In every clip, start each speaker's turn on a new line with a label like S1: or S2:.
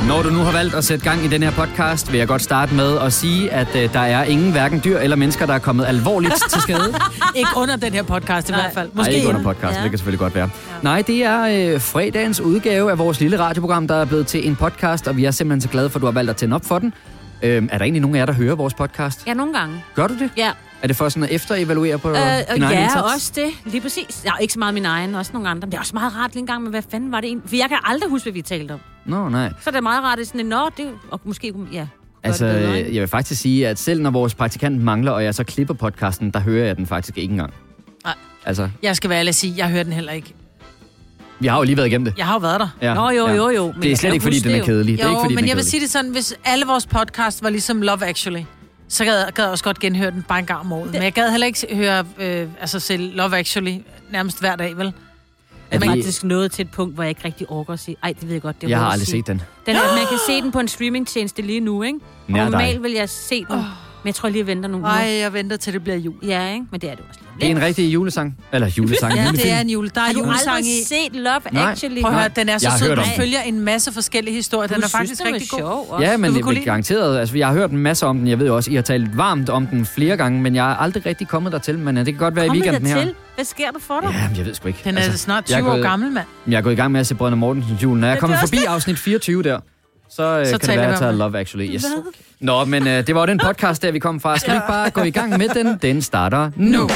S1: Når du nu har valgt at sætte gang i den her podcast, vil jeg godt starte med at sige, at der er ingen hverken dyr eller mennesker, der er kommet alvorligt til skade.
S2: Ikke under den her podcast i hvert fald.
S1: Måske ikke under podcasten, det kan selvfølgelig godt være. Nej, det er fredagens udgave af vores lille radioprogram, der er blevet til en podcast, og vi er simpelthen så glade for, at du har valgt at tænde op for den. Er der egentlig nogen af jer, der hører vores podcast?
S3: Ja, nogle gange.
S1: Gør du det?
S3: Ja.
S1: Er det for sådan at efterevaluere på din egen indsats?
S3: Ja, også det. Lige præcis. Ja, ikke så meget min egen, også nogle andre. Men det er også meget rart lige en gang med, hvad fanden var det egentlig? For jeg kan aldrig huske, hvad vi talte om.
S1: Nej.
S3: Så er det meget rart, at sådan det og måske, ja.
S1: Altså, jeg vil faktisk sige, at selv når vores praktikant mangler, og jeg så klipper podcasten, der hører jeg den faktisk ikke engang.
S2: Nej.
S1: Altså.
S2: Jeg skal være ærlig at sige, jeg hører den heller ikke.
S1: Vi har jo lige været igennem det.
S2: Jeg har jo været der.
S1: Ja.
S3: Jo.
S1: Det er slet ikke, fordi den er kedelig.
S2: Jo,
S1: det er ikke, fordi
S2: men jeg vil sige det sådan, hvis alle vores podcast var ligesom Love Actually, så gad jeg også godt genhøre den bare en gang om året. Men jeg gad heller ikke høre selv Love Actually nærmest hver dag, vel?
S3: Jeg er faktisk nået til et punkt, hvor jeg ikke rigtig orker at sige, ej, det ved jeg godt. Det
S1: jeg har aldrig set den.
S3: Man kan se den på en streamingtjeneste lige nu, ikke? Normalt vil jeg se den, men jeg tror lige, jeg venter nogle uger.
S2: Nej, jeg venter til det bliver jul.
S3: Ja, ikke? Men det er det også.
S1: Det er en rigtig julesang. Eller julesang.
S2: Ja, det er en jule. Der er
S3: julesang i.
S2: Har
S3: du aldrig set Love Actually?
S2: Prøv at høre, den er så sød. Den
S1: den
S2: følger en masse forskellige historier. Den er faktisk rigtig god.
S1: Ja, men det er garanteret. Altså, jeg har hørt en masse om den. Jeg ved jo også, I har talt varmt om den flere gange, men jeg er aldrig rigtig kommet dertil. Men det kan godt være i weekenden her.
S3: Hvad sker der for dig?
S1: Ja, jeg ved sgu ikke.
S2: Den er snart 20 år gammel, mand.
S1: Jeg er gået i gang med at se Brødrene Mortensens jul. Når jeg kommer forbi afsnit 24 der, så kan det være, at jeg tager Love Actually. Yes. Nå, men det var jo den podcast, der vi kom fra. Skal vi ikke bare gå i gang med den? Den starter nu.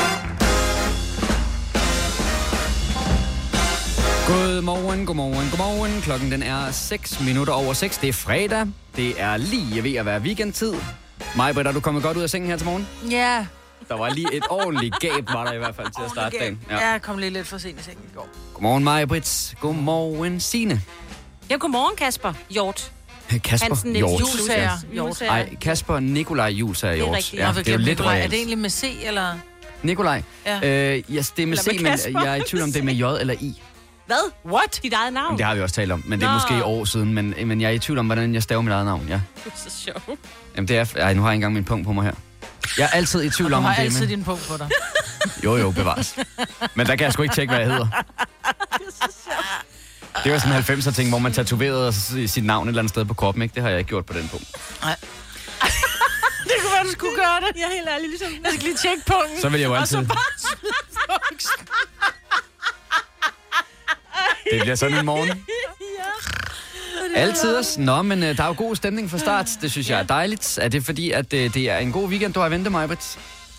S1: Godmorgen. Klokken den er 6:06. Det er fredag. Det er lige ved at være weekendtid. Maj-Britt, er du kommet godt ud af sengen her til morgen?
S2: Ja.
S1: Der var lige et ordentligt gab, var der i hvert fald til at starte dagen.
S2: Ja, jeg kom lige lidt for sent i sengen i går.
S1: Godmorgen, Maj-Britt. Godmorgen, Signe.
S3: Ja, godmorgen, Kasper Hjort.
S1: Kasper
S3: Hansen,
S1: Hjort.
S2: Julsager.
S1: Nej, Kasper Nikolaj Julsager Hjort.
S3: Det
S1: er det er jo lidt reelt.
S2: Er det egentlig med C, eller?
S1: Nikolaj?
S2: Ja.
S1: Yes, det er med C, men jeg er i tvivl om det er med J eller I.
S3: Hvad? What? Dit eget navn?
S1: Jamen, det har vi også talt om, men det er måske år siden. Men jeg er i tvivl om, hvordan jeg staver mit eget navn, ja.
S3: Det er så sjovt.
S1: Jamen, det er... Ej, nu har jeg ikke engang min punkt på mig her. Jeg er altid i tvivl om,
S2: du
S1: om
S2: har
S1: det er
S2: altid
S1: med.
S2: din punkt på dig.
S1: Jo, bevares. Men der kan jeg sgu ikke tjekke, hvad jeg hedder. Det var sådan en 90'er ting, hvor man tatoverede sit navn et eller andet sted på kroppen, ikke? Det har jeg ikke gjort på den punkt.
S2: Nej. Det kunne være, du skulle gøre det.
S3: Jeg er helt ærlig, ligesom...
S2: Jeg skal lige tjekke punkten.
S1: Så vil jeg jo altid...
S2: Og så bare
S1: Det bliver sådan en morgen. Altid. Nå, men der er jo god stemning fra start. Det synes jeg er dejligt. Er det fordi, at det er en god weekend, du har ventet, Maj-Britt?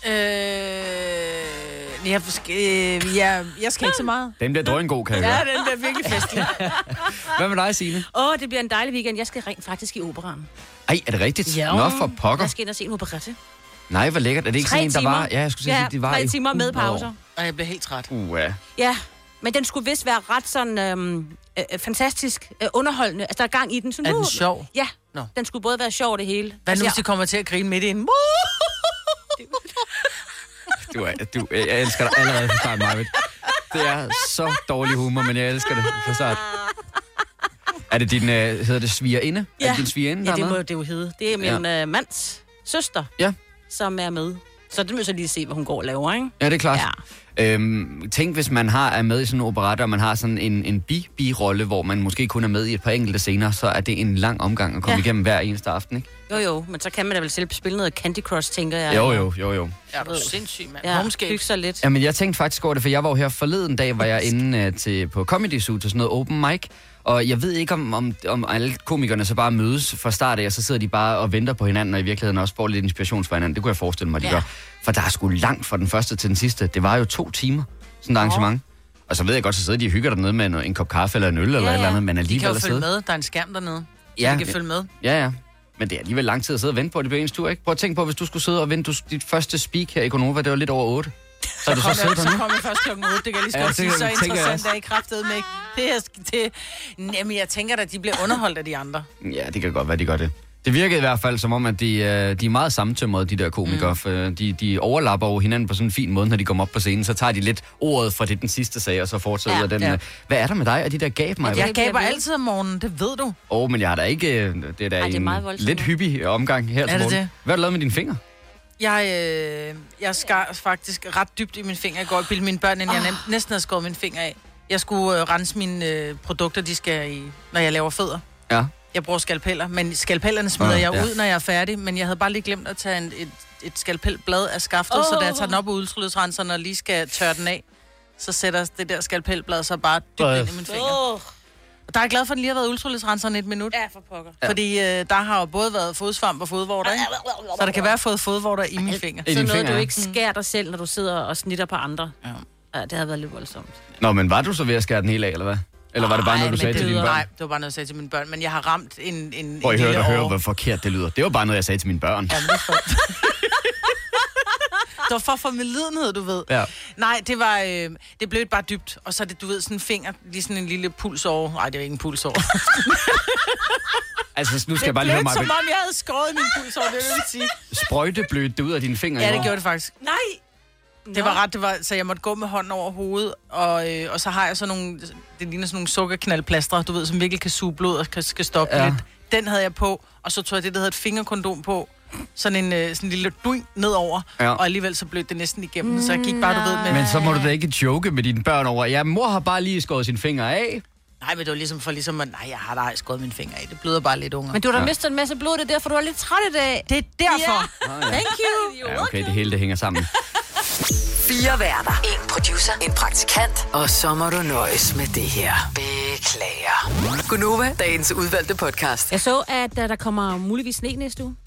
S2: Jeg skal ikke så meget.
S1: Den bliver drøngod, kan jeg
S2: Ja,
S1: høre.
S2: den bliver virkelig festlig.
S1: Hvad med dig, Signe?
S3: Det bliver en dejlig weekend. Jeg skal rent faktisk i operaen.
S1: Ej, er det rigtigt?
S3: Ja.
S1: Nå, for pokker.
S3: Jeg skal ind og se en operette.
S1: Nej, hvor lækkert. Er det ikke sådan en, der var... Ja, jeg skulle sige, de var
S3: 3 timer med pauser.
S2: Og jeg bliver helt træt.
S3: Ja, men den skulle vist være ret sådan fantastisk underholdende. Altså, der er gang i den. Sådan,
S2: er den sjov?
S3: Ja, den skulle både være sjov det hele.
S2: Hvad nu, hvis de kommer til at grine midt i en...
S1: Jeg elsker dig allerede fra start, Marvitt. Det er så dårlig humor, men jeg elsker det fra start. Er det din, hedder det svigerinde?
S3: Ja,
S1: er det din svigerinde,
S3: ja, det må det jo hedde. Det er min mands søster, som er med. Så det må jeg så lige se, hvad hun går og laver, ikke?
S1: Ja, det er klart. Ja. Tænk, hvis man er med i sådan en operette, og man har sådan en bi-rolle, hvor man måske kun er med i et par enkelte scener, så er det en lang omgang at komme igennem hver eneste aften, ikke?
S3: Jo, men så kan man da vel selv spille noget Candy Crush, tænker jeg.
S1: Jo.
S2: Ja, du er sindssyg, mand.
S3: Ja, hygge sig lidt.
S1: Jamen, jeg tænkte faktisk over det, for jeg var jo her forleden dag, var jeg inde på Comedy Zoo til sådan noget open mic, og jeg ved ikke, om alle komikerne så bare mødes fra start af, og så sidder de bare og venter på hinanden, og i virkeligheden også får lidt inspiration fra hinanden. Det kunne jeg forestille mig, de gør. For der er sgu langt fra den første til den sidste. Det var jo 2 timer, sådan et arrangement. Og så ved jeg godt, så sidder de og hygger dernede med en kop kaffe eller en øl eller et eller andet, men alligevel
S2: de kan jo følge med. Der er en skærm dernede, så de kan følge med.
S1: Ja. Men det er alligevel lang tid at sidde og vente på, at det bliver ens tur, ikke? Prøv at tænke på, hvis du skulle sidde og vente dit første speak her i Gonova, det var lidt over 8. Så er du så siddet der nu?
S2: Så kommer jeg først klokken 8, det kan jeg lige så godt sige. Så interessant er I kraftedeme med ikke. Jamen, jeg tænker at de bliver underholdt af de andre.
S1: Ja, det kan godt være, de gør det. Det virkede i hvert fald som om, at de er meget sammentømrede, de der komikere. For de overlapper jo hinanden på sådan en fin måde, når de kommer op på scenen. Så tager de lidt ordet fra det, den sidste sag, og så fortsætter den. Ja. Hvad er der med dig og de der gab, Maja?
S2: Jeg gaber altid om morgenen, det ved du.
S1: Men jeg har da ikke... Det er da en lidt hyppig omgang her til morgen. Hvad har du lavet med dine fingre?
S2: Jeg skar faktisk ret dybt i mine fingre i går. Jeg bildte mine børn ind, jeg næsten havde skåret mine fingre af. Jeg skulle rense mine produkter, de skal i, når jeg laver fødder.
S1: Ja.
S2: Jeg bruger skalpeller, men skalpellerne smider jeg ud, når jeg er færdig. Men jeg havde bare lige glemt at tage et skalpelblad af skaftet, så da jeg tager den op af ultralydsrenseren og lige skal tørre den af, så sætter det der skalpelblad så bare dybt ind i min finger. Og der er jeg glad for, at den lige har været ultralydsrenseren 1 minut.
S3: Ja, for pokker.
S2: Fordi der har jo både været fodsvamp og fodvorter, ikke? Så der kan være fået fodvorter i mine fingre.
S3: Så noget, du ikke skærer dig selv, når du sidder og snitter på andre. Ja, det har været lidt voldsomt.
S1: Nå, men var du så ved at skære den helt af, eller hvad? Eller var det bare noget, du sagde til dine børn?
S2: Nej, det var bare noget, jeg sagde til mine børn. Men jeg har ramt en
S1: Prøv at høre, hvor forkert det lyder. Det var bare noget, jeg sagde til mine børn.
S2: Ja, det var for medlidenhed, du ved.
S1: Ja.
S2: Nej, det var... det blev bare dybt. Og så er det, du ved, sådan en finger, lige sådan en lille pulsår. Nej, det var ikke en pulsår.
S1: Altså, nu skal jeg bare lige høre mig.
S2: Det blev som om, jeg havde skåret min pulsår, det vil jeg sige.
S1: Sprøjteblødte det ud af dine fingre?
S2: Ja, det gjorde det faktisk.
S3: Nej!
S2: Det var ret, så jeg måtte gå med hånden over hovedet, og så har jeg sådan nogle, det ligner sådan nogle sukkerknaldplastre, du ved, som virkelig kan suge blod og skal stoppe lidt. Den havde jeg på, og så tog jeg det, der hedder et fingerkondom på, sådan en lille duing nedover, og alligevel så blev det næsten igennem, så jeg gik bare, du ved, med...
S1: Men så må du da ikke joke med dine børn over, ja, mor har bare lige skåret sine fingre af.
S2: Nej, men det var ligesom at, nej, jeg har da skåret mine fingre af, det bløder bare lidt unger.
S3: Men du har da mistet en masse blod, det er derfor, du er lidt træt i dag.
S2: Det er derfor.
S3: Thank you.
S1: Ja, okay, det hele det hænger sammen.
S4: 4 værter. 1 producer. En praktikant. Og så må du nøjes med det her. Beklager. Gunova, dagens udvalgte podcast.
S3: Jeg så, at der kommer muligvis sne næste uge.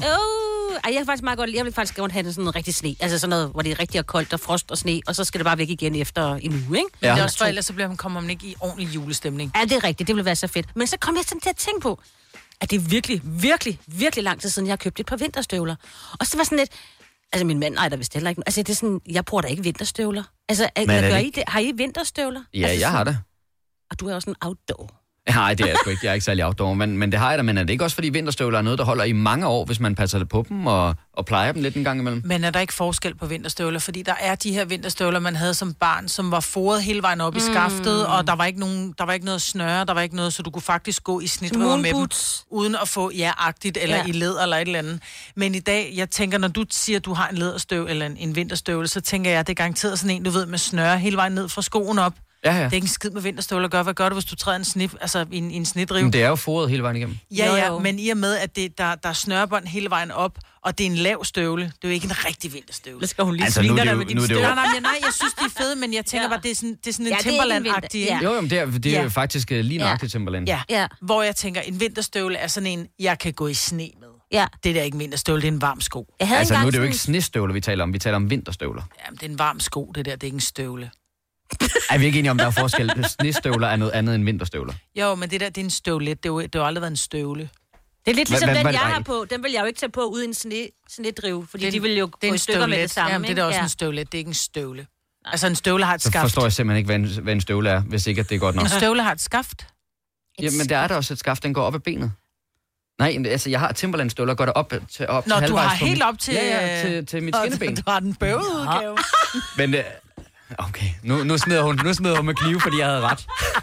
S3: Jeg kan faktisk meget godt, jeg vil faktisk godt have sådan noget rigtig sne. Altså sådan noget, hvor det er rigtig koldt og frost og sne, og så skal det bare væk igen efter en uge, ikke?
S2: Ja. Det er også for, ellers så kommer man ikke i ordentlig julestemning.
S3: Ja, det er rigtigt. Det ville være så fedt. Men så kom jeg sådan til at tænke på, at det er virkelig, virkelig, virkelig lang tid siden, jeg har købt et par vinterstøvler. Og så var sådan lidt... Altså, min mand ejer der vist heller ikke. Altså, det er sådan, jeg bruger da ikke vinterstøvler. Altså, har I vinterstøvler?
S1: Ja,
S3: altså,
S1: jeg har det.
S3: Og du er også en outdoor.
S1: Nej, det er jeg sgu ikke. Jeg er ikke særlig outdoor, men det har jeg da. Men er det ikke også, fordi vinterstøvler er noget, der holder i mange år, hvis man passer det på dem og plejer dem lidt en gang imellem?
S2: Men er der ikke forskel på vinterstøvler? Fordi der er de her vinterstøvler, man havde som barn, som var foret hele vejen op i skaftet, og der var ikke noget snøre, der var ikke noget, så du kunne faktisk gå i snitdriver med dem, uden at få agtigt eller i læder eller et eller andet. Men i dag, jeg tænker, når du siger, at du har en læderstøv eller en vinterstøvle, så tænker jeg, at det er garanteret sådan en, du ved, med snøre hele vejen ned fra skoen op. Ja. Det er ikke en skid med vinterstøvler at gøre. Hvad gør du, hvis du træder en snip, altså i en snitdrive?
S1: Men det er jo foret hele vejen igennem.
S2: Ja, men i og med, at der er snørebånd hele vejen op, og det er en lav støvle. Det er jo ikke en rigtig vinterstøvle.
S3: Det skal hun lige
S1: altså,
S2: svine dig med din støvle. Nej, jeg synes, de er fede, men jeg tænker bare, det er sådan en Timberland-agtig.
S1: Ja. Jo, men det er jo faktisk lige nøjagtigt Timberland.
S2: Ja, hvor jeg tænker, en vinterstøvle er sådan en, jeg kan gå i sne med. Ja. Det der er ikke en vinterstøvle, det er en varm sko.
S1: Altså, nu er det jo ikke snestøvler, vi taler om. Vi taler om vinterstøvler.
S2: Jamen, det er en varm sko, det der. Det er ikke en støvle.
S1: Er vi ikke enige om, der er forskel? Snestøvler er noget andet end vinterstøvler.
S2: Jo, men det der, det er en støvlet. Det har aldrig været en støvle.
S3: Det er lidt ligesom den, jeg har på. Den vil jeg jo ikke tage på uden en snedrive, fordi de vil jo gå i stykker med det samme.
S2: Jamen, det er også en støvlet. Det er ikke en støvle. Altså, en støvle har et skaft.
S1: Så forstår jeg simpelthen ikke, hvad en støvle er, hvis ikke at det er godt nok.
S2: En støvle har et skaft.
S1: Jamen, der er der også et skaft, den går op ad benet. Nej, altså, jeg har Timberland-støvler, går der op til halvvejs.
S2: Nå, du har helt op til...
S1: Ja, til mit skinneben.
S2: Du har den bøvede udgave.
S1: Men okay, nu smider hun med knive, fordi jeg havde ret.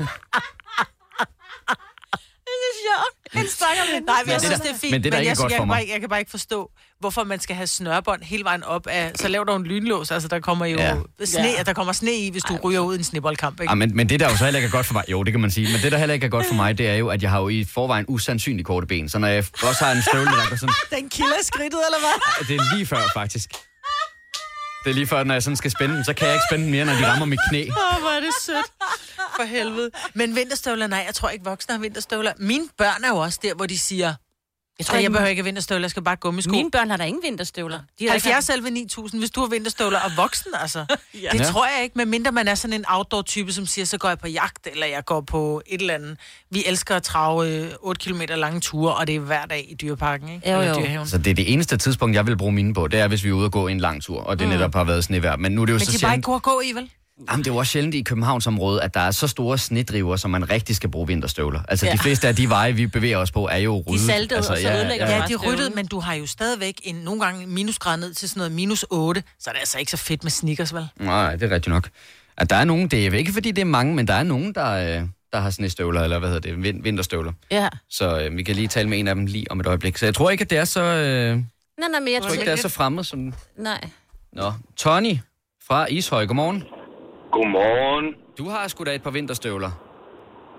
S2: Nej, men jeg synes, det er fint.
S1: Men det er ikke godt for mig.
S2: Jeg kan bare ikke forstå, hvorfor man skal have snørbånd hele vejen op af... Så laver du en lynlås, altså der kommer jo der kommer sne i, hvis du ryger ud i en sneboldkamp, ikke?
S1: Ja, men det der jo så heller ikke er godt for mig... Jo, det kan man sige. Men det der heller ikke er godt for mig, det er jo, at jeg har jo i forvejen usandsynligt korte ben. Så når jeg også har en støvle, der går sådan...
S2: Den kilder skridtet, eller hvad?
S1: Det er lige før, faktisk. Det er lige før, når jeg sådan skal spænde dem, så kan jeg ikke spænde dem mere, når de rammer mit knæ.
S2: Hvor er det sødt. For helvede. Men vinterstøvler, nej, jeg tror ikke voksne har vinterstøvler. Mine børn er jo også der, hvor de siger, jeg behøver ikke vinterstøvler, jeg skal bare gummisko.
S3: Mine børn har da ingen vinterstøvler.
S2: 70-9000, hvis du har vinterstøvler og voksen, altså. Det tror jeg ikke, medmindre man er sådan en outdoor-type, som siger, så går jeg på jagt, eller jeg går på et eller andet. Vi elsker at trave 8 kilometer lange ture, og det er hver dag i dyreparken, ikke?
S1: Jo. Så det er det eneste tidspunkt, jeg vil bruge mine på, det er, hvis vi er ude og gå en lang tur, og det netop har været snevejr. Men nu er det jo så
S2: de bare ikke går at gå i, vel?
S1: Jamen, det er jo også sjældent i Københavnsområdet, at der er så store snedriver, som man rigtig skal bruge vinterstøvler. Altså, de fleste af de veje, vi bevæger os på, er jo ryddet.
S3: De saltede,
S1: altså,
S3: og så ødelægger
S2: de er ryddet, men du har jo stadigvæk nogle gange minusgrad ned til sådan noget -8, så er det altså ikke så fedt med sneakers, vel?
S1: Nej, det er rigtigt nok. At der er nogen, det er ikke fordi det er mange, men der er nogen, der har snestøvler, eller hvad hedder det, vinterstøvler. Ja. Så vi kan lige tale med en af dem lige om et øjeblik. Så jeg tror ikke, at det er så...
S3: Nej, men jeg
S1: tror ikke, det er så fremmed som...
S3: Nej.
S1: Nå, Tony fra Ishøj, godmorgen.
S5: Godmorgen.
S1: Du har sgu da et par vinterstøvler.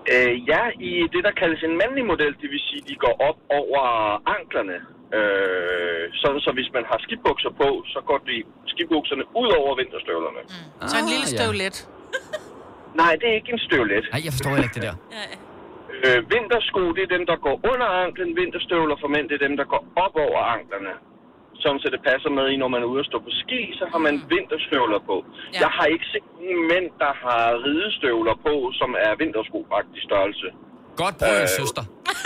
S5: Ja, i det, der kaldes en mandlig model, det vil sige, de går op over anklerne. Sådan så hvis man har skibukser på, så går de skibukserne ud over vinterstøvlerne.
S2: Så en lille støvlet.
S5: Nej, det er ikke en støvlet.
S1: Nej, jeg forstår ikke det der.
S5: Vintersko, det er dem, der går under anklen. Vinterstøvler for mænd, det er dem, der går op over anklerne. Sådan så det passer med i, når man er ude og stå på ski, så har man vinterstøvler på. Ja. Jeg har ikke set nogen mænd, der har ridestøvler på, som er vintersko-agtig størrelse.
S1: Godt prøvet, søster.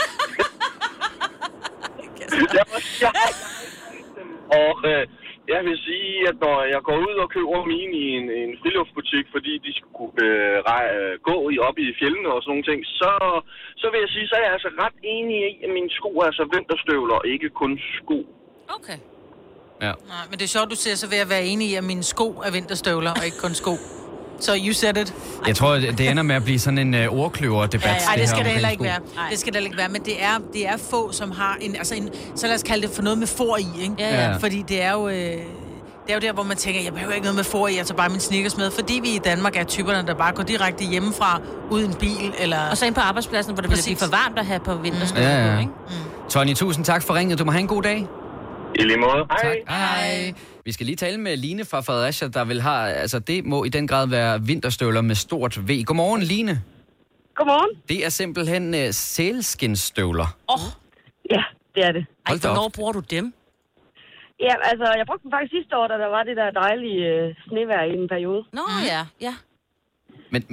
S5: Jeg vil sige, at når jeg går ud og køber mine i en friluftsbutik, fordi de skulle gå op i fjellene og sådan nogle ting, så vil jeg sige, så er jeg altså ret enig i, at mine sko er altså vinterstøvler, og ikke kun sko.
S3: Okay.
S2: Ja. Nej, men det er sjovt, du siger, så vil jeg være enig i, at mine sko er vinterstøvler, og ikke kun sko. Så you said it.
S1: Jeg tror, det ender med at blive sådan en ordkløver-debat.
S2: Nej, det skal det heller ikke være. Det skal det heller ikke være, men det er få, som har så lad os kalde det for noget med for i, ikke?
S3: Ja.
S2: Fordi det er jo... Det er jo der, hvor man tænker, jeg behøver ikke noget med for i, jeg tager bare min Snickers med, fordi vi i Danmark er typerne, der bare går direkte hjemmefra, uden bil, eller...
S3: Og så ind på arbejdspladsen, hvor det bliver for varmt at have på vinterstøvler.
S1: Ja. Ikke? Tony, tusind tak for ringet. Du må have en god dag.
S5: I lige måde.
S1: Hej. Hej. Vi skal lige tale med Line fra Fredericia, der vil have... Altså, det må i den grad være vinterstøvler med stort V. Godmorgen, Line.
S6: Godmorgen.
S1: Det er simpelthen sælskinsstøvler.
S6: Ja, det er det.
S3: Ej, hvornår bruger du dem?
S6: Ja, altså, jeg brugte dem faktisk sidste år, da der var det der dejlige snevejr i en periode.
S3: Nå, ja.
S1: Men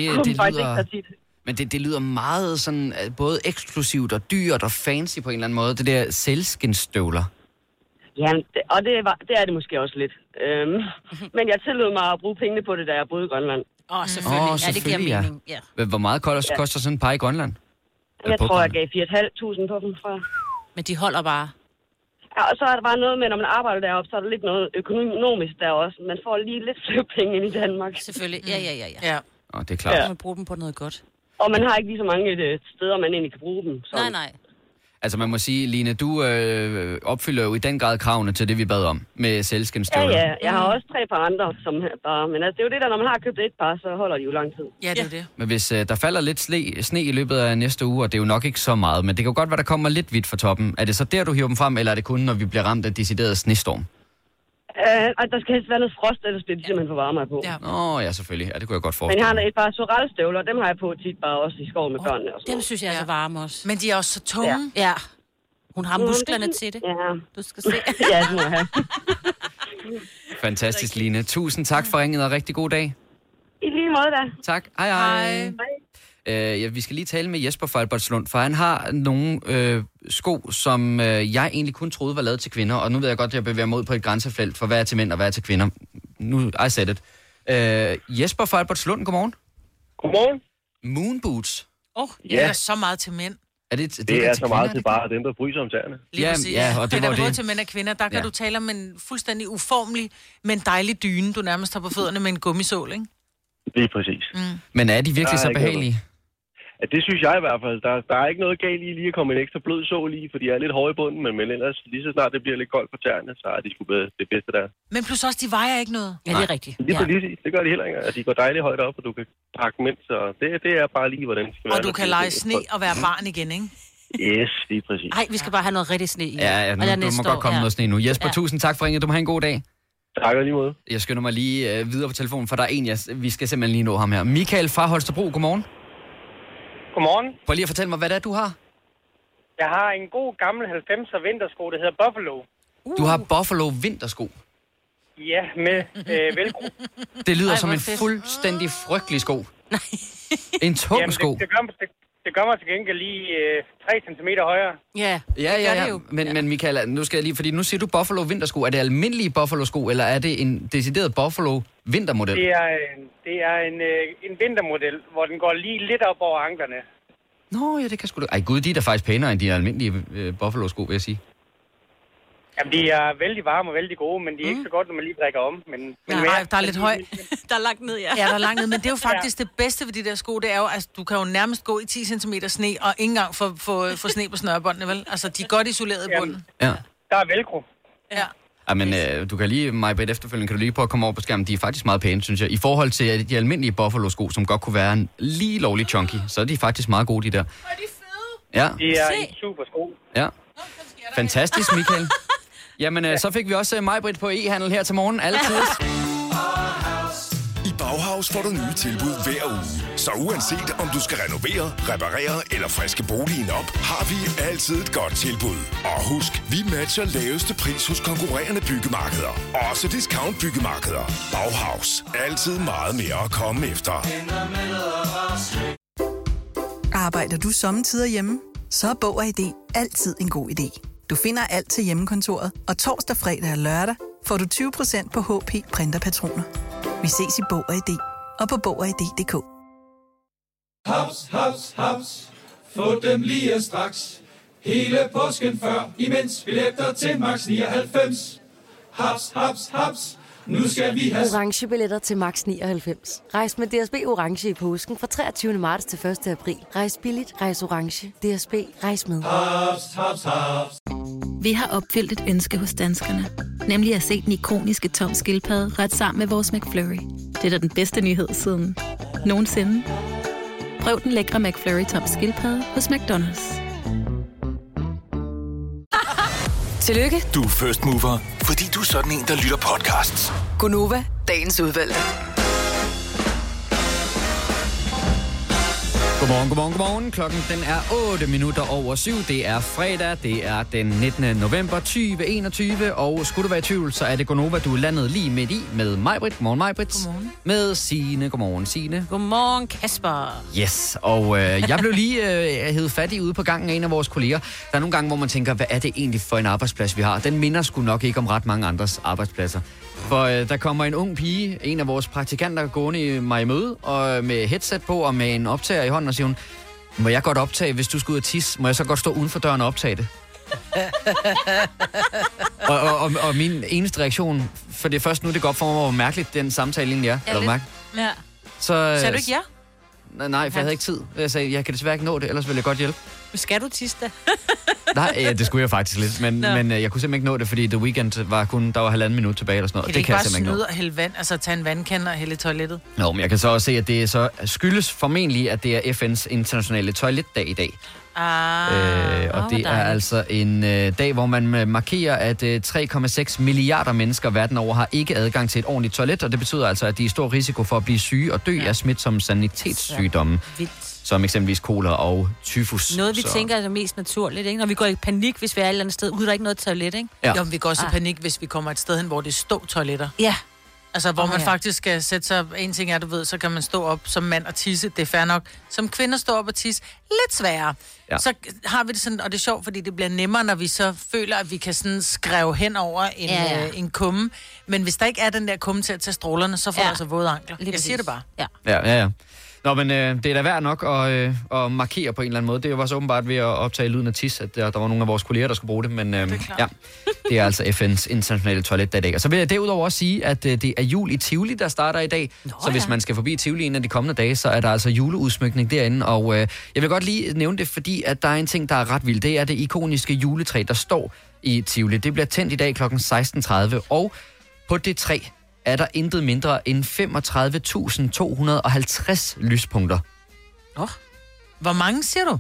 S1: det lyder meget sådan, både eksklusivt og dyrt og fancy på en eller anden måde, det der sælskinsstøvler.
S6: Ja, og det er det måske også lidt. Men jeg tillod mig at bruge pengene på det, da jeg boede i Grønland.
S2: Selvfølgelig.
S3: Ja, det giver mening. Ja.
S1: Hvor meget koster sådan et par i Grønland?
S6: Jeg tror, jeg gav 4.500 på dem, tror jeg.
S3: Men de holder bare.
S6: Ja, og så er der bare noget med, når man arbejder deroppe, så er der lidt noget økonomisk der også. Man får lige lidt flere penge ind i Danmark.
S3: Selvfølgelig. Ja.
S1: Det er klart.
S3: Ja. Man bruger dem på noget godt.
S6: Og man har ikke lige så mange steder, man egentlig kan bruge dem. Så.
S3: Nej.
S1: Altså man må sige, Line, du opfylder jo i den grad kravene til det, vi bad om med sælskinsstøvler.
S6: Ja, jeg har også 3 par andre, som bare... Men altså, det er jo det der, når man har købt et par, så holder de jo lang tid.
S2: Ja, det er det.
S1: Men hvis der falder lidt sne i løbet af næste uge, og det er jo nok ikke så meget, men det kan jo godt være, der kommer lidt hvidt fra toppen. Er det så der, du hiver dem frem, eller er det kun, når vi bliver ramt af decideret snestorm?
S6: Der skal helst være noget frost, ellers bliver de simpelthen for varme på.
S1: Ja, selvfølgelig. Ja, det kunne jeg godt forestille.
S6: Men jeg har et par sorelstøvler, dem har jeg på tit bare også i skoven med børnene. Og
S3: dem synes jeg er så varme også.
S2: Men de er også så tunge.
S3: Ja. Hun har musklerne til det.
S6: Ja.
S3: Du skal se.
S6: Ja, det må jeg have.
S1: Fantastisk, Line. Tusind tak for ringet, og rigtig god dag.
S6: I lige måde da.
S1: Tak. Hej. Vi skal lige tale med Jesper fra Albertslund, for han har nogle sko, som jeg egentlig kun troede var lavet til kvinder, og nu ved jeg godt, at jeg bevæger mig ud på et grænsefelt for hvad er til mænd og hvad er til kvinder. Nu I said it. Jesper fra Albertslund, godmorgen.
S5: Godmorgen.
S1: Moonboots.
S2: Det er så meget til mænd.
S5: Det er så meget til bare dem, der fryser om tæerne.
S1: Ja, og det var
S2: det.
S1: Det
S2: til mænd og kvinder, der kan du tale om en fuldstændig uformelig, men dejlig dyne, du nærmest har på fødderne med en gummisål, ikke?
S5: Det er præcis.
S1: Men er de virkelig så behagelige?
S5: Ja, det synes jeg i hvert fald. Der er ikke noget galt i lige at komme en ekstra blød sål i, for de er lidt hårde i bunden, men ellers lige så snart det bliver lidt koldt på tæerne, så er de sgu det bedste der.
S2: Men plus også, de vejer ikke noget.
S3: Ja, det er rigtigt.
S5: Det gør de heller ikke. De går dejligt højt op, og du kan pakke dem ind, så det er bare lige, hvordan det skal være.
S2: Og du kan lege sne og være barn igen, ikke?
S5: Yes, lige præcis.
S3: Nej, vi skal bare have noget rigtig sne i.
S1: Ja, nu må godt komme noget sne nu. Jesper, tusind tak for ringet. Du må have en god dag.
S5: Tak lige måde.
S1: Jeg skynder mig lige videre på telefonen, for der er en, vi skal simpelthen lige nå ham her. Michael fra Holstebro, godmorgen.
S7: Godmorgen.
S1: Prøv lige at fortælle mig, hvad det er, du har?
S7: Jeg har en god gammel 90'er vintersko, der hedder Buffalo.
S1: Du har Buffalo vintersko?
S7: Ja, med velcro.
S1: Det lyder som en fuldstændig frygtelig sko. Nej. En tung sko.
S7: Det gør mig til gengæld lige 3 cm højere.
S2: Ja.
S1: Men Michael, nu skal jeg lige, fordi nu siger du Buffalo vintersko. Er det almindelige Buffalo sko, eller er det en decideret Buffalo vintermodel?
S7: Det er en vintermodel, hvor den går lige lidt op over anklerne.
S1: Nå, ja, det kan sgu da. Ej gud, de er da faktisk pænere end de almindelige Buffalo sko, vil jeg sige.
S7: Jamen, de er vældig varme og vældig gode, men de er ikke så godt, når man lige drikker om. Men
S2: der er lidt højt.
S3: Der er langt ned, ja.
S2: Ja, der er langt ned, men det er jo faktisk det bedste ved de der sko, det er jo, altså, du kan jo nærmest gå i 10 cm sne, og ikke engang få sne på snørebåndene, vel? Altså, de er godt isoleret i bunden.
S1: Ja.
S7: Der er velcro.
S2: Ja.
S1: Men du kan lige, Maj-Brit, efterfølgende kan du lige prøve at komme over på skærmen. De er faktisk meget pæne, synes jeg. I forhold til de almindelige Buffalo-sko, som godt kunne være en lige lovlig chunky, så er de faktisk meget gode, de der.
S2: Hvor er de fede?
S1: Ja.
S7: De er en super sko.
S1: Ja. Fantastisk, Michael. Jamen, så fik vi også Maj-Brit på e-handel her til morgen. Altid.
S8: I Bauhaus får du nye tilbud hver uge. Så uanset om du skal renovere, reparere eller friske boligen op, har vi altid et godt tilbud. Og husk, vi matcher laveste pris hos konkurrerende byggemarkeder. Også discount byggemarkeder. Bauhaus. Altid meget mere at komme efter.
S9: Arbejder du sommetider hjemme? Så er Bog og ID altid en god idé. Du finder alt til hjemmekontoret, og torsdag, fredag og lørdag får du 20% på HP printerpatroner. Vi ses i Bog og ID og på Bog og ID.dk.
S10: Haps, haps, haps. Få dem lige straks. Hele påsken før, imens billetter til max 99. Haps, haps, haps. Nu skal vi have
S11: orange billetter til max 99. Rejs med DSB orange i påsken fra 23. marts til 1. april. Rejs billigt, rejs orange. DSB, rejs med.
S10: haps, haps, haps.
S12: Vi har opfyldt et ønske hos danskerne. Nemlig at se den ikoniske Tom Skildpadde ret sammen med vores McFlurry. Det er da den bedste nyhed siden nogensinde. Prøv den lækre McFlurry Tom Skildpadde hos McDonald's.
S4: Tillykke.
S8: Du er first mover, fordi du er sådan en, der lytter podcasts.
S4: Gunova, dagens udvalgte.
S1: Godmorgen. Klokken den er 7:08. Det er fredag. Det er den 19. november 2021. Og skulle du være i tvivl, så er det Gonova, du er landet lige midt i med Maj-Brit. Godmorgen, Maj-Brit.
S2: Godmorgen.
S1: Med Signe. Godmorgen, Signe.
S3: Godmorgen, Kasper.
S1: Yes, og jeg blev lige hævet fat i ude på gangen af en af vores kolleger. Der er nogle gange, hvor man tænker, hvad er det egentlig for en arbejdsplads, vi har? Den minder sgu nok ikke om ret mange andres arbejdspladser. For der kommer en ung pige, en af vores praktikanter, gående i mig i møde, og med headset på og med en optager i hånden, og siger hun, må jeg godt optage, hvis du skal ud og tisse? Må jeg så godt stå uden for døren og optage det? og min eneste reaktion, for det er først nu, det går op for mig, hvor mærkeligt den samtale egentlig er.
S3: Ja.
S1: Så
S2: sagde du ikke ja?
S1: Nej, for jeg havde ikke tid. Jeg sagde, jeg kan desværre ikke nå det, ellers vil jeg godt hjælpe.
S3: Skal du tisse da?
S1: Nej, det skulle jeg faktisk lidt, men jeg kunne simpelthen ikke nå det, fordi The Weeknd var kun, der var 1,5 minut tilbage eller sådan noget.
S2: Det kan jeg
S1: simpelthen ikke nå.
S2: Kan ikke bare snyde og hælde vand, altså tage en vandkande og hælde i toilettet?
S1: Nå, men jeg kan så også se, at det så skyldes formentlig, at det er FN's internationale toiletdag i dag. Og det er altså en dag, hvor man markerer, at 3,6 milliarder mennesker verden over har ikke adgang til et ordentligt toilet, og det betyder altså, at de er i stor risiko for at blive syge og dø af smitsomme sanitetssygdomme. Som eksempelvis kolera og tyfus.
S3: Noget, vi tænker er mest naturligt, ikke? Når vi går i panik, hvis vi er et eller andet sted, der er ikke noget toilet, ikke?
S2: Ja. Jo, men vi går også i panik, hvis vi kommer et sted hen, hvor det står toiletter.
S3: Ja.
S2: Altså, hvor man faktisk skal sætte sig... En ting er, du ved, så kan man stå op som mand og tisse. Det er fair nok. Som kvinder står op og tisse. Lidt sværere. Ja. Så har vi det sådan... Og det er sjovt, fordi det bliver nemmere, når vi så føler, at vi kan sådan skrive hen over en kumme. Men hvis der ikke er den der kumme til at tage strålerne, så får du altså våde ankler. Jeg siger det bare.
S1: Ja. Nå, men det er da værd nok at markere på en eller anden måde. Det var så åbenbart ved at optage lyden af tis, at der var nogle af vores kolleger, der skulle bruge det. Men det er altså FN's internationale toiletdag i dag. Og så vil jeg derudover også sige, at det er jul i Tivoli, der starter i dag. Så hvis man skal forbi Tivoli en af de kommende dage, så er der altså juleudsmykning derinde. Og jeg vil godt lige nævne det, fordi at der er en ting, der er ret vild. Det er det ikoniske juletræ, der står i Tivoli. Det bliver tændt i dag kl. 16.30. Og på det træ er der intet mindre end 35.250 lyspunkter.
S2: Hvor mange siger du?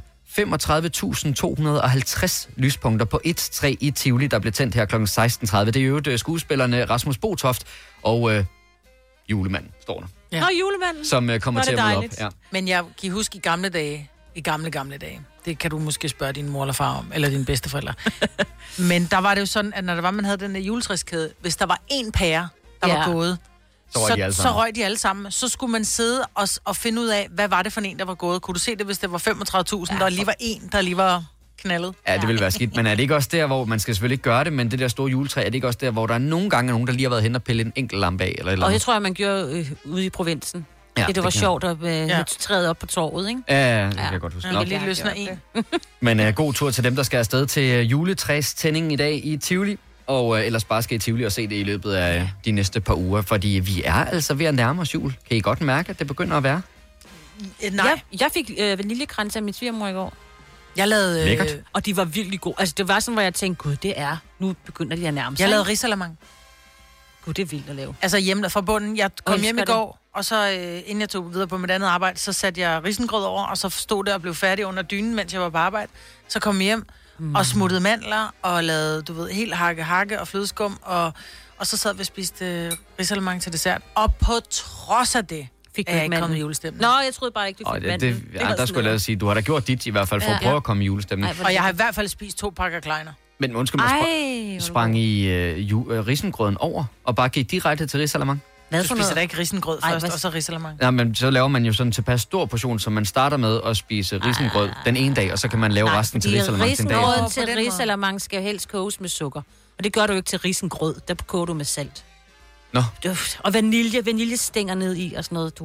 S1: 35.250 lyspunkter på et træ i Tivoli, der blev tændt her kl. 16.30. Det er jo skuespillerne Rasmus Botoft og julemanden, står der.
S3: Ja. Nå, julemanden.
S1: Som kommer til at møde op. Ja.
S2: Men jeg kan huske i gamle dage, gamle dage, det kan du måske spørge din mor eller far om, eller dine bedsteforældre. Men der var det jo sådan, at når der var, man havde den der juletræskæde, hvis der var en pære, der var gået, så røg de alle sammen. Så skulle man sidde og finde ud af, hvad var det for en, der var gået. Kunne du se det, hvis det var 35.000, der lige var en, der lige var knaldet?
S1: Ja, det ville være skidt. Men er det ikke også der, hvor man skal selvfølgelig ikke gøre det, men det der store juletræ, er det ikke også der, hvor der er nogle gange nogen, der lige har været hen og pillet en enkelt lampe af? Eller
S3: det tror jeg, man gjorde ude i provinsen. Ja, det var sjovt at træde op på torvet, ikke?
S1: Ja, det kan jeg godt huske.
S2: Ja, det lige løsner en.
S1: Men god tur til dem, der skal afsted til juletræstændingen i dag i Tivoli. Og ellers bare skal i Tivoli og se det i løbet af de næste par uger, fordi vi er altså ved at nærme os jul. Kan I godt mærke, at det begynder at være?
S2: Nej.
S3: Jeg fik vaniljekrans af min svigermor i går.
S2: Jeg lavede...
S3: Og de var virkelig gode. Altså, det var sådan, hvor jeg tænkte, gud, nu begynder de at nærme sig.
S2: Jeg lavede risalamang.
S3: Gud, det er vildt at lave.
S2: Altså hjemme fra bunden. Jeg kom hjem i går, og så inden jeg tog videre på mit andet arbejde, så satte jeg risengrød over, og så stod der og blev færdig under dynen, mens jeg var på arbejde. Så kom jeg hjem og smuttede mandler, og lavede, du ved, helt hakke og flødeskum, og så sad vi og spiste risalamang til dessert. Og på trods af det,
S3: fik
S2: er jeg ikke kommet i julestemning.
S3: Nå, jeg troede bare ikke, du fik mandlen.
S1: Der skulle jeg sige, du har da gjort dit i hvert fald, for at prøve at komme i julestemning.
S2: Og jeg har i hvert fald spist 2 pakker kleiner.
S1: Men undskyld, man sprang i risengrøden over, og bare gik direkte til risalamang?
S2: Du spiser da ikke risengrød først, og så risalamang?
S1: Ja, men så laver man jo sådan en tilpas stor portion, så man starter med at spise risengrød den ene dag, og så kan man lave resten til risalamang den dag.
S3: Risengrøden til risalamang skal jo helst koges med sukker. Og det gør du jo ikke til risengrød, der koger du med salt.
S1: Nå.
S3: Og vaniljestænger ned i og sådan noget.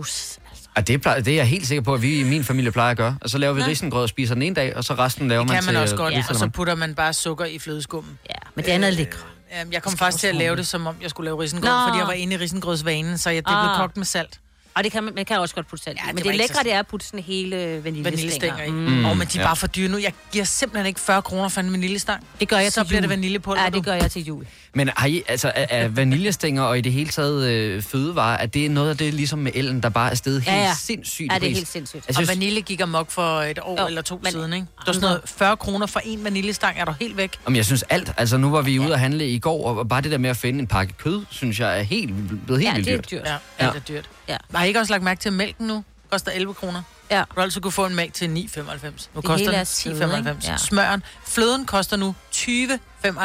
S1: Det er jeg helt sikker på, at vi i min familie plejer at gøre. Og så laver vi risengrød og spiser den ene dag, og så resten laver man til...
S2: Det kan man også godt, og så putter man bare sukker i flødeskummen.
S3: Ja, men det andet er lækre.
S2: Jeg kom faktisk til at lave det, som om jeg skulle lave risengrød, fordi jeg var inde i risengrødsvanen, så det blev kogt med salt. Og det kan man kan også godt putte salt i. Men det lækre, det er at putte sådan hele vaniljestænger i. Men de er bare for dyre nu. Jeg giver simpelthen ikke 40 kroner for en vaniljestang.
S3: Det gør jeg
S2: så
S3: til
S2: bliver
S3: jul.
S2: det vaniljepulver.
S3: Ja, det gør jeg til jul.
S1: Men har I, altså, er vaniljestænger og i det hele taget fødevarer, er det noget af det, ligesom med ellen, der bare er steget helt sindssygt?
S3: Ja, det er helt sindssygt.
S2: Og vanilje gik amok for et år eller 2 siden, ikke? Der var sådan noget 40 kroner for en vaniljestang, er du helt væk.
S1: Jamen, jeg synes alt. Altså, nu var vi ude at handle i går, og bare det der med at finde en pakke kød, synes jeg er blevet helt vildt dyrt.
S2: Ja, det er dyrt. Ja. Har I ikke også lagt mærke til, at mælken nu koster 11 kroner? Ja. Du altså kunne få en mælk til 9,95. Nu koster den 10,95. Ja. Smøren. Fløden koster nu 20,95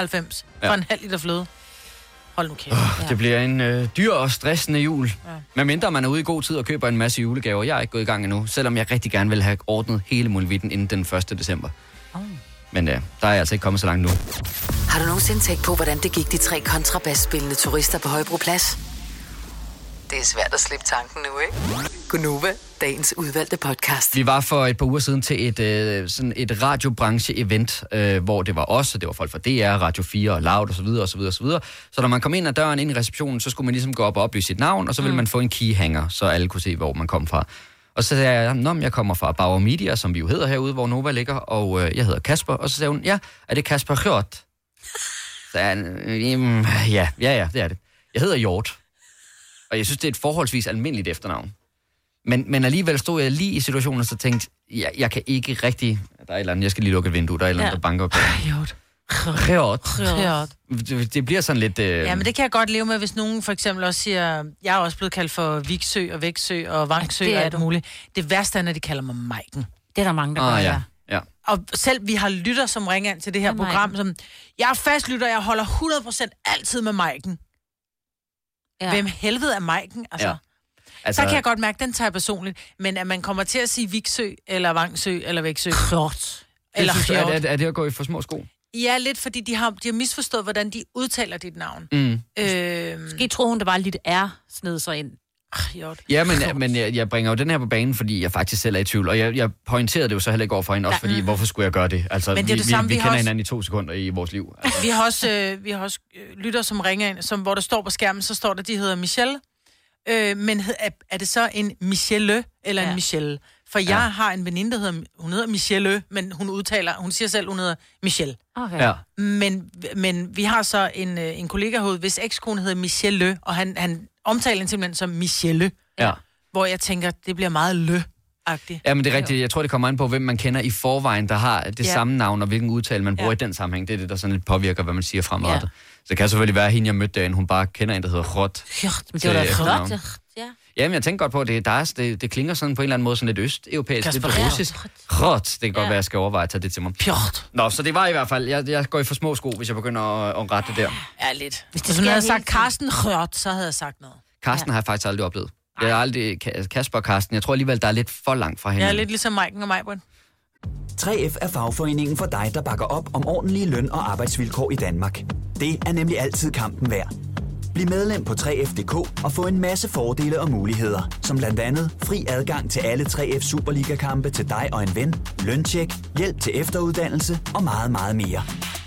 S2: for en halv liter fløde. Hold nu kæft.
S1: Det bliver en dyr og stressende jul. Ja. Medmindre man er ude i god tid og køber en masse julegaver. Jeg er ikke gået i gang endnu, selvom jeg rigtig gerne vil have ordnet hele muligheden inden den 1. december. Men der er jeg altså ikke kommet så langt nu.
S4: Har du nogensinde tænkt på, hvordan det gik de 3 kontrabasspillende turister på Højbroplads? Det er svært at slippe tanken nu, ikke? Gunova, dagens udvalgte podcast.
S1: Vi var for et par uger siden til et radiobranche-event, hvor det var os, og det var folk fra DR, Radio 4 og Loud osv. osv. Så når man kom ind ad døren ind i receptionen, så skulle man ligesom gå op og oplyse sit navn, og så ville man få en keyhanger, så alle kunne se, hvor man kom fra. Og så sagde jeg, jeg kommer fra Bauer Media, som vi jo hedder herude, hvor Nova ligger, og jeg hedder Kasper. Og så sagde hun, ja, er det Kasper Hjort? Så ja, det er det. Jeg hedder Hjort. Og jeg synes, det er et forholdsvis almindeligt efternavn. Men alligevel stod jeg lige i situationen, og så tænkte, jeg kan ikke rigtig... Der er et eller andet, jeg skal lige lukke et vindue, der er et eller andet, der banker på. Hjort. Det bliver sådan lidt...
S2: Ja, men det kan jeg godt leve med, hvis nogen for eksempel også siger... Jeg er også blevet kaldt for Viksø og Væksø og Vangsø og alt muligt. Det værste er, når de kalder mig Maiken.
S3: Det er der mange, der gør,
S1: ja.
S2: Og selv vi har lytter, som ringer ind til det her program, som... Jeg er fast lytter, jeg holder 100% altid med Maiken. Ja. Hvem helvede er Maiken? Altså, så kan jeg godt mærke, den tager jeg personligt. Men at man kommer til at sige Viksø, eller Vangsø, eller Væksø.
S3: Klart.
S2: Eller
S1: er det at gå i for små sko?
S2: Ja, lidt, fordi de har misforstået, hvordan de udtaler dit navn.
S3: Måske tror hun, der var lidt sned sig ind.
S1: Ja, men jeg bringer jo den her på banen, fordi jeg faktisk selv er i tvivl. Og jeg pointerede det jo så heller ikke over for hende, også fordi, hvorfor skulle jeg gøre det? Altså, vi kender hinanden i 2 sekunder i vores liv. Altså.
S2: Vi har også lytter, som ringer ind, hvor der står på skærmen, så står der, de hedder Michelle. Men er det så en Michelle eller en Michelle? For jeg har en veninde, der hedder Michelle, men hun siger selv, hun hedder Michelle.
S3: Okay. Ja.
S2: Men vi har så en kollega herude, hvis ekskone hedder Michelle, og han omtaler hende simpelthen som Michelle. Ja. Hvor jeg tænker, det bliver meget lø-agtigt.
S1: Ja, men det er rigtigt. Jeg tror, det kommer an på, hvem man kender i forvejen, der har det samme navn, og hvilken udtale man bruger i den sammenhæng. Det er det, der sådan lidt påvirker, hvad man siger fremadrettet. Ja. Så det kan selvfølgelig være, at hende, jeg mødte derinde, hun bare kender en, der hedder Rot.
S3: Men det var da Rot.
S1: Jamen, jeg tænker godt på, at det klinger sådan på en eller anden måde sådan lidt østeuropæisk, lidt russisk. Rot, det kan godt være, at jeg skal overveje at tage det til mig.
S2: Pjort.
S1: Nå, så det var i hvert fald, jeg går i for små sko, hvis jeg begynder at rette det der.
S2: Ja, lidt. Hvis det havde sagt Carsten Rot, så havde jeg sagt noget.
S1: Carsten har jeg faktisk aldrig oplevet. Jeg har aldrig Kasper og Carsten. Jeg tror alligevel, der er lidt for langt fra hinanden.
S2: Ja, lidt ligesom Maiken og Majbjørn.
S13: 3F er fagforeningen for dig, der bakker op om ordentlige løn- og arbejdsvilkår i Danmark. Det er nemlig altid kampen værd. Bliv medlem på 3F.dk og få en masse fordele og muligheder, som blandt andet fri adgang til alle 3F Superliga-kampe til dig og en ven, løntjek, hjælp til efteruddannelse og meget, meget mere.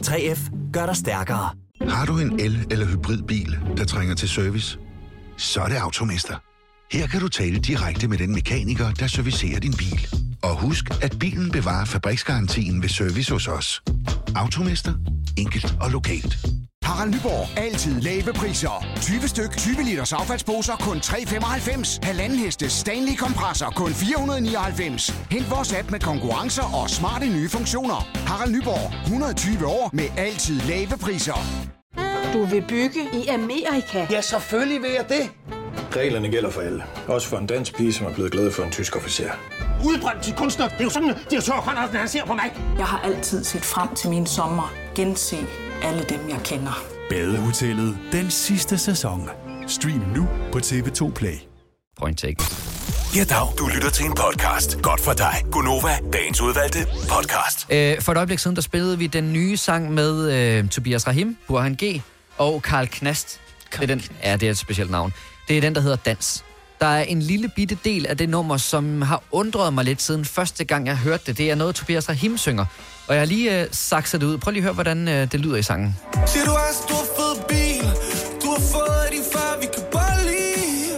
S13: 3F gør dig stærkere.
S14: Har du en el- eller hybridbil, der trænger til service? Så er det Automester. Her kan du tale direkte med den mekaniker, der servicerer din bil. Og husk, at bilen bevarer fabriksgarantien ved service hos os. Automester. Enkelt og lokalt.
S15: Harald Nyborg. Altid lave priser. 20 styk, 20 liters affaldsposer kun 3,95. Halvanden hestes Stanley kompresser kun 499. Hent vores app med konkurrencer og smarte nye funktioner. Harald Nyborg. 120 år med altid lave priser.
S16: Du vil bygge i Amerika?
S17: Ja, selvfølgelig vil jeg det. Reglerne gælder for alle. Også for en dansk pige, som er blevet glad for en tysk officer.
S16: Udbrændt til kunstner. Det er jo sådan, at direktør Conradsen, han ser på mig. Jeg har altid set frem til min sommer. Gense alle dem, jeg kender.
S18: Badehotellet den sidste sæson. Stream nu på TV2 Play.
S1: Point take.
S8: Ja, dag. Du lytter til en podcast. Godt for dig. Gunova, dagens udvalgte podcast.
S1: For et øjeblik siden, der spillede vi den nye sang med Tobias Rahim, Burhan G. og Karl Knast. Det er et specielt navn. Det er den, der hedder Dans. Der er en lille bitte del af det nummer, som har undret mig lidt siden første gang, jeg hørte det. Det er noget, Tobias Rahim synger. Og jeg har lige sakset det ud. Prøv lige at høre, hvordan det lyder i sangen.
S19: Siger du har stor fed bil. Du har fået din far, vi kan bare lide.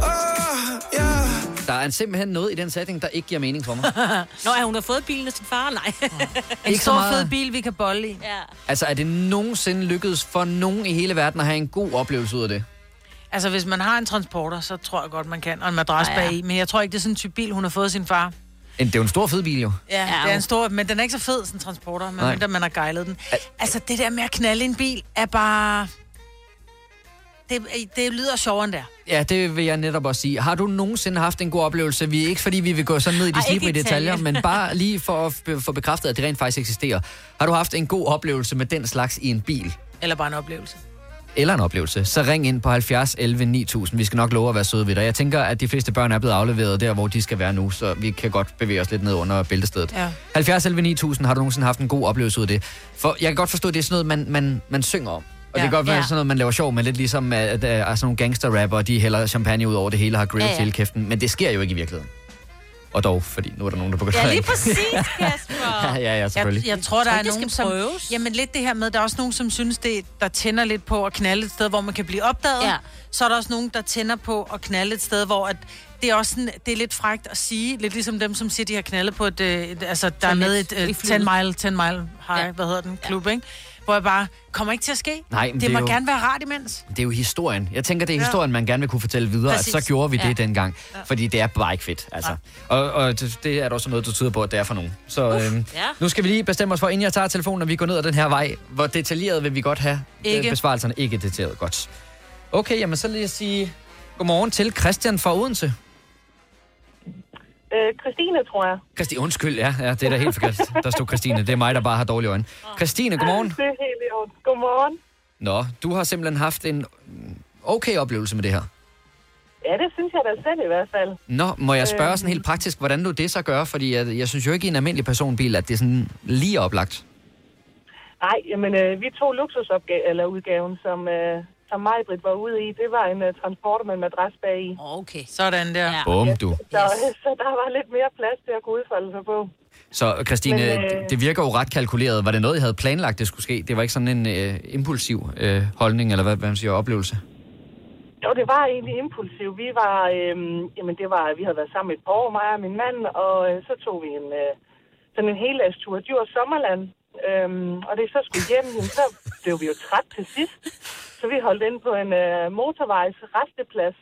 S1: Der er simpelthen noget i den sætning, der ikke giver mening for mig.
S3: Nå, hun har fået bilen af sin far? Nej.
S2: En stor fed bil, vi kan bolle i.
S3: Ja.
S1: Altså, er det nogensinde lykkedes for nogen i hele verden at have en god oplevelse ud af det?
S2: Altså, hvis man har en transporter, så tror jeg godt, man kan. Og en madras bagi. Men jeg tror ikke, det er sådan en type bil, hun har fået af sin far.
S1: Det er jo en stor fed bil, jo.
S2: Ja, det er en stor, men den er ikke så fed, sådan en transporter, medmindre man har gejlet den. Altså, det der med at knalde en bil er bare... Det lyder sjovere end der.
S1: Ja, det vil jeg netop også sige. Har du nogensinde haft en god oplevelse? Vi er ikke, fordi vi vil gå sådan ned i de slibrige detaljer, men bare lige for at få bekræftet, at det rent faktisk eksisterer. Har du haft en god oplevelse med den slags i en bil?
S2: Eller bare en oplevelse.
S1: Eller en oplevelse, så ring ind på 70 11 9000. Vi skal nok love at være søde ved dig. Jeg tænker, at de fleste børn er blevet afleveret der, hvor de skal være nu, så vi kan godt bevæge os lidt ned under bæltestedet. Ja. 70 11 9000, har du nogensinde haft en god oplevelse ud af det? For jeg kan godt forstå, at det er sådan noget, man synger om. Og det kan godt være sådan noget, man laver sjov med, lidt ligesom at der er sådan nogle gangster-rapper, de hælder champagne ud over det hele, har grillet til kæften. Men det sker jo ikke i virkeligheden. Og dog, fordi nu er der nogen, der begynder at...
S3: Ja, lige præcis, Kasper.
S1: ja, selvfølgelig.
S2: Jeg tror, der er nogen, som... Jamen lidt det her med, der er også nogen, som synes, der tænder lidt på at knalde et sted, hvor man kan blive opdaget. Ja. Så er der også nogen, der tænder på at knalde et sted, hvor det er også sådan, det er lidt frækt at sige, lidt ligesom dem, som siger, de har knaldet på altså, der er med et 10 mile high, hvad hedder den, klub, ikke? Hvor jeg bare, kommer ikke til at ske. Nej, det må jo gerne være rart imens.
S1: Det er jo historien. Jeg tænker, det er historien, man gerne vil kunne fortælle videre, at så gjorde vi det dengang. Fordi det er bare ikke fedt, altså. Og det er der også noget, der tyder på, at det er for nogen. Så nu skal vi lige bestemme os for, inden jeg tager telefonen, og vi går ned ad den her vej. Hvor detaljeret vil vi godt have besvarelserne? Ikke detaljeret, godt. Okay, jamen så lige at sige godmorgen til Christian fra Odense.
S20: Christine, tror jeg.
S1: Undskyld, ja, det er da helt forkert. Der stod Christine. Det er mig, der bare har dårlige øjne. Christine, godmorgen.
S20: Det er helt i orden. Godmorgen.
S1: Nå, du har simpelthen haft en okay oplevelse med det her.
S20: Ja, det synes jeg da selv i hvert fald.
S1: Nå, må jeg spørge sådan helt praktisk, hvordan du det så gør? Fordi jeg synes jo ikke i en almindelig personbil, at det er sådan lige oplagt.
S20: Nej, jamen vi tog luksusudgaven, som Maj-Brit var ude i. Det var en transporter med en madras bag i.
S2: Okay, sådan der.
S1: Ja. Bum, du.
S20: Så der var lidt mere plads til at kunne udfolde sig på.
S1: Så Christine, det virker jo ret kalkuleret. Var det noget, I havde planlagt, det skulle ske? Det var ikke sådan en impulsiv holdning, eller hvad man siger, oplevelse?
S20: Jo, det var egentlig impulsiv. Vi var, vi havde været sammen et par år, mig og min mand, og så tog vi sådan en heldagstur. Det var Sommerland, og det så skulle hjem, så blev vi jo træt til sidst. Så vi holdt ind på en motorvejs resteplads.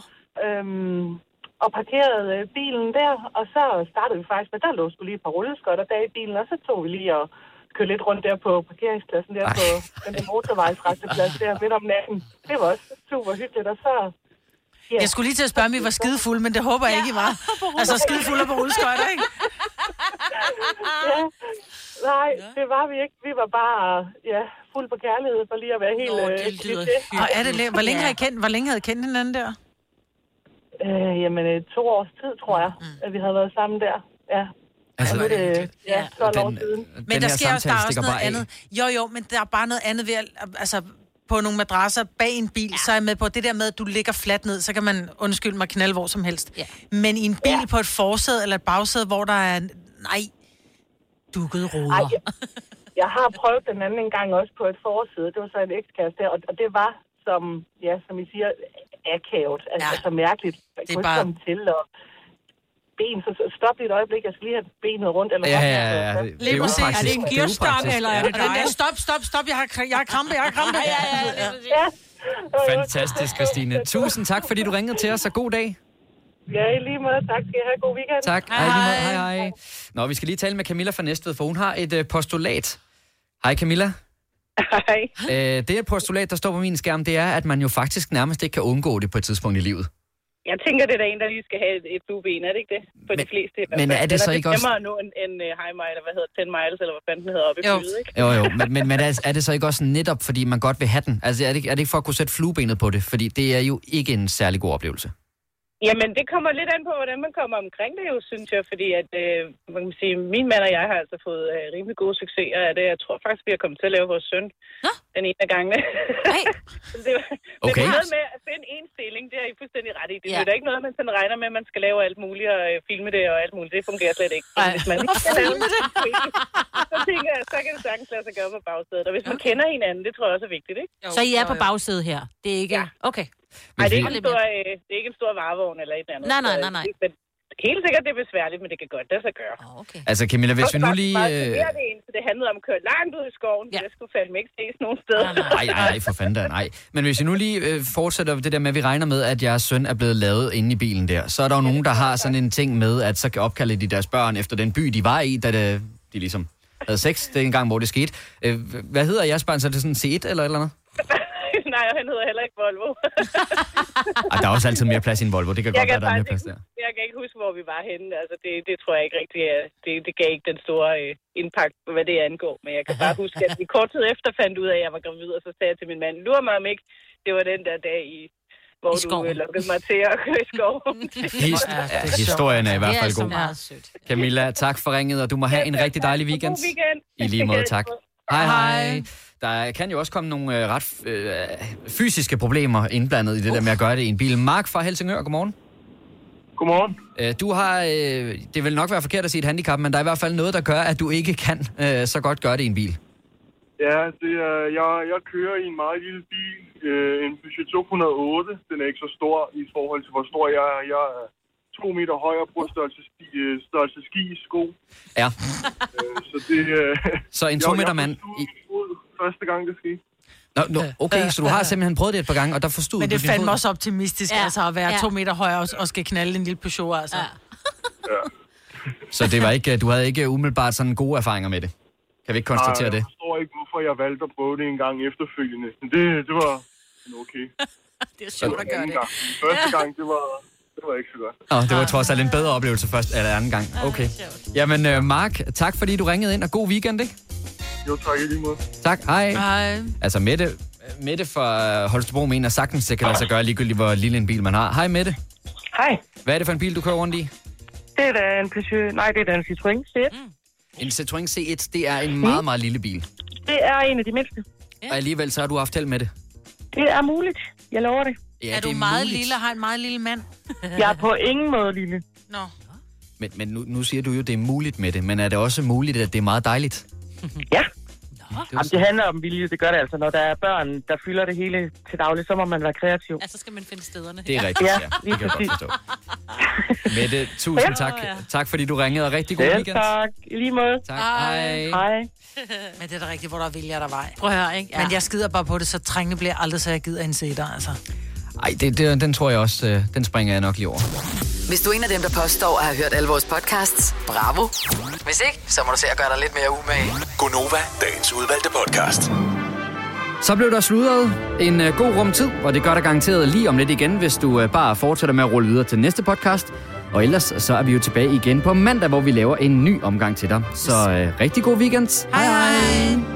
S20: Og parkerede bilen der, og så startede vi faktisk med, der lå sgu lige et par rulleskotter bag i bilen, og så tog vi lige og kørte lidt rundt der på parkeringspladsen der på den motorvejsresteplads der midt om natten. Det var også super hyggeligt, og så...
S2: Ja. Jeg skulle lige til at spørge, om I var skidefulde, men det håber jeg ikke, I var. Altså skidefulde på rulleskøjter, ikke?
S20: Ja. Nej, det var vi ikke. Vi var bare fuld på kærlighed for lige at være helt...
S2: det lyder hyggeligt. Og er det, hvor længe havde I kendt hinanden der?
S20: Jamen, 2 års tid, tror jeg, at vi havde været sammen der. Ja.
S1: Altså,
S20: det 12 år siden.
S2: Men der sker også, der er også noget andet. Jo, men der er bare noget andet ved at... på nogle madrasser bag en bil, så er jeg med på det der med, at du ligger fladt ned, så kan man undskylde mig knalde hvor som helst. Ja. Men i en bil på et forsæde eller et bagsæde, hvor der er, dukkede ruder.
S20: Jeg har prøvet den anden gang også på et forsæde. Det var så en ekskæreste der, og det var, som I siger, akavet. Altså så mærkeligt. Jeg kunne ikke komme til, og ben, så stop lige et øjeblik, jeg skal lige have benet rundt. Eller
S1: Ja.
S20: Det
S1: er jo upraktisk.
S2: Er det en gearstang, eller er det dig? Stop, jeg har krampe.
S20: Ja.
S1: Fantastisk, Christine. Tusind tak, fordi du ringede til os, og god dag.
S20: Ja, i lige måde. Tak. Skal I have god weekend.
S1: Tak. Hej. Nå, vi skal lige tale med Camilla fra Næstved, for hun har et postulat. Hej Camilla.
S21: Hej.
S1: Det postulat, der står på min skærm, det er, at man jo faktisk nærmest ikke kan undgå det på et tidspunkt i livet.
S21: Jeg tænker, det er der en, der lige skal have et flueben, er det ikke det? For de fleste.
S1: Men er det så ikke også...
S21: Det er nu end High Mile, eller hvad hedder 10 miles, eller hvad fanden det hedder, oppe i flyet, ikke?
S1: Jo. Men er det så ikke også netop, fordi man godt vil have den? Altså, er det ikke for at kunne sætte fluebenet på det? Fordi det er jo ikke en særlig god oplevelse.
S21: Jamen, det kommer lidt an på, hvordan man kommer omkring det jo, synes jeg, fordi at, man kan sige, min mand og jeg har altså fået rimelig gode succeser af det. Jeg tror faktisk, vi har kommet til at lave vores søn den ene af gangene. Det er noget med at finde en stilling, det er I fuldstændig ret i. Det er ikke noget, man sådan regner med, at man skal lave alt muligt og filme det og alt muligt. Det fungerer slet ikke. Hvis man ikke skal lave det, så tænker jeg, så kan det sagtens lade sig gøre på bagsædet. Og hvis man kender hinanden, det tror jeg også er vigtigt, ikke?
S3: Så I er på bagsædet her? Det er ikke... Okay.
S21: Nej, det er ikke en stor varevogn eller et eller andet.
S3: Nej.
S21: Men helt sikkert, det er besværligt, men det kan godt lade sig gøre.
S3: Okay.
S1: Altså Camilla, hvis vi nu lige...
S21: Det handlede om at køre langt ud i skoven, så det skulle fandme ikke ses nogen steder.
S1: Nej, for fanden da, nej. Men hvis vi nu lige fortsætter det der med, at vi regner med, at jeres søn er blevet lavet inde i bilen der, så er der jo nogen, der har sådan en ting med, at så kan opkalde de deres børn efter den by, de var i, da de ligesom havde sex. Det er en gang, hvor det skete. Hvad hedder jeres børn? Så er det sådan C1 eller et eller andet?
S21: Nej, han hedder heller ikke Volvo.
S1: Der er også altid mere plads i en Volvo. Det kan godt være, der er mere plads der.
S21: Jeg kan ikke huske, hvor vi var henne. Altså, det tror jeg ikke rigtigt. Det gav ikke den store impact, hvad det angår. Men jeg kan bare huske, at vi kort tid efter fandt ud af, at jeg var gravid, og så sagde jeg til min mand, lurer mig om ikke, det var den der dag hvor du lukkede mig til at køre i skoven.
S1: Historien er i hvert fald god. Camilla, tak for ringet, og du må have en rigtig dejlig weekend.
S21: God weekend.
S1: I lige måde, tak. Hej. Der kan jo også komme nogle ret fysiske problemer indblandet i det der med at gøre det i en bil. Mark fra Helsingør, godmorgen.
S5: Godmorgen.
S1: Du har, det vil nok være forkert at sige et handicap, men der er i hvert fald noget, der gør, at du ikke kan så godt gøre det i en bil.
S5: Ja, det er, jeg kører i en meget lille bil, en Peugeot 208. Den er ikke så stor i forhold til, hvor stor jeg er. Jeg er 2 meter høj og bruger størrelse ski i sko.
S1: Ja.
S5: Så det...
S1: Så en 2 meter mand...
S5: Første gang, det skete.
S1: Nå, okay, så du har simpelthen prøvet det et par gange, og der forstod du...
S2: Men det er fandme også optimistisk, altså at være 2 meter høj og skal knalde en lille Peugeot, altså.
S5: Ja.
S1: Så det var ikke, du havde ikke umiddelbart sådan gode erfaringer med det? Kan vi ikke konstatere det?
S5: Jeg forstår ikke, hvorfor jeg valgte at prøve det en gang efterfølgende. Men det var okay.
S2: Det er sjovt at gøre det.
S5: Første gang, det var ikke så godt.
S1: Det var trods alt en bedre oplevelse først, eller anden gang. Okay. Jamen, Mark, tak fordi du ringede ind, og god weekend, ikke?
S5: Jo, tak i lige måde.
S1: Tak, hej. Altså, Mette fra Holstebro mener sagtens, det kan lade sig gøre ligegyldigt, hvor lille en bil man har. Hej, Mette.
S20: Hej.
S1: Hvad er det for en bil, du kører rundt i?
S20: Det er da en Peugeot... Nej, det er da en Citroën C1.
S1: En Citroën C1, det er en meget, meget lille bil.
S20: Det er en af de mindste.
S1: Og alligevel så har du haft held med det.
S20: Det er muligt. Jeg lover det.
S2: Ja, er du meget lille og har en meget lille mand?
S20: Jeg er på ingen måde lille.
S2: Nå.
S1: Men nu siger du jo, det er muligt med det, men er det også muligt, at det er meget dejligt?
S20: Ja. Jamen, det handler om vilje, det gør det altså. Når der er børn, der fylder det hele til daglig, så må man være kreativ.
S3: Ja, så skal man finde stederne.
S1: Det er rigtigt, ja. Det kan jeg godt forstå. Mette, tusind tak. Tak fordi du ringede, og rigtig god weekend.
S20: Tak, i lige måde.
S1: Tak, hej.
S2: Men det er da rigtigt, hvor der er vilje, der vej.
S3: Prøv at høre, ikke?
S2: Ja. Men jeg skider bare på det, så trængende bliver aldrig, så jeg gider en sætter, altså.
S1: Ej, den tror jeg også, den springer jeg nok lige over.
S4: Hvis du er en af dem, der påstår at have hørt alle vores podcasts, bravo. Hvis ikke, så må du se at gøre dig lidt mere umage.
S8: Gonova, dagens udvalgte podcast.
S1: Så blev der sludret en god rum tid, og det gør der garanteret lige om lidt igen, hvis du bare fortsætter med at rulle videre til næste podcast. Og ellers så er vi jo tilbage igen på mandag, hvor vi laver en ny omgang til dig. Så rigtig god weekend.
S2: Hej hej.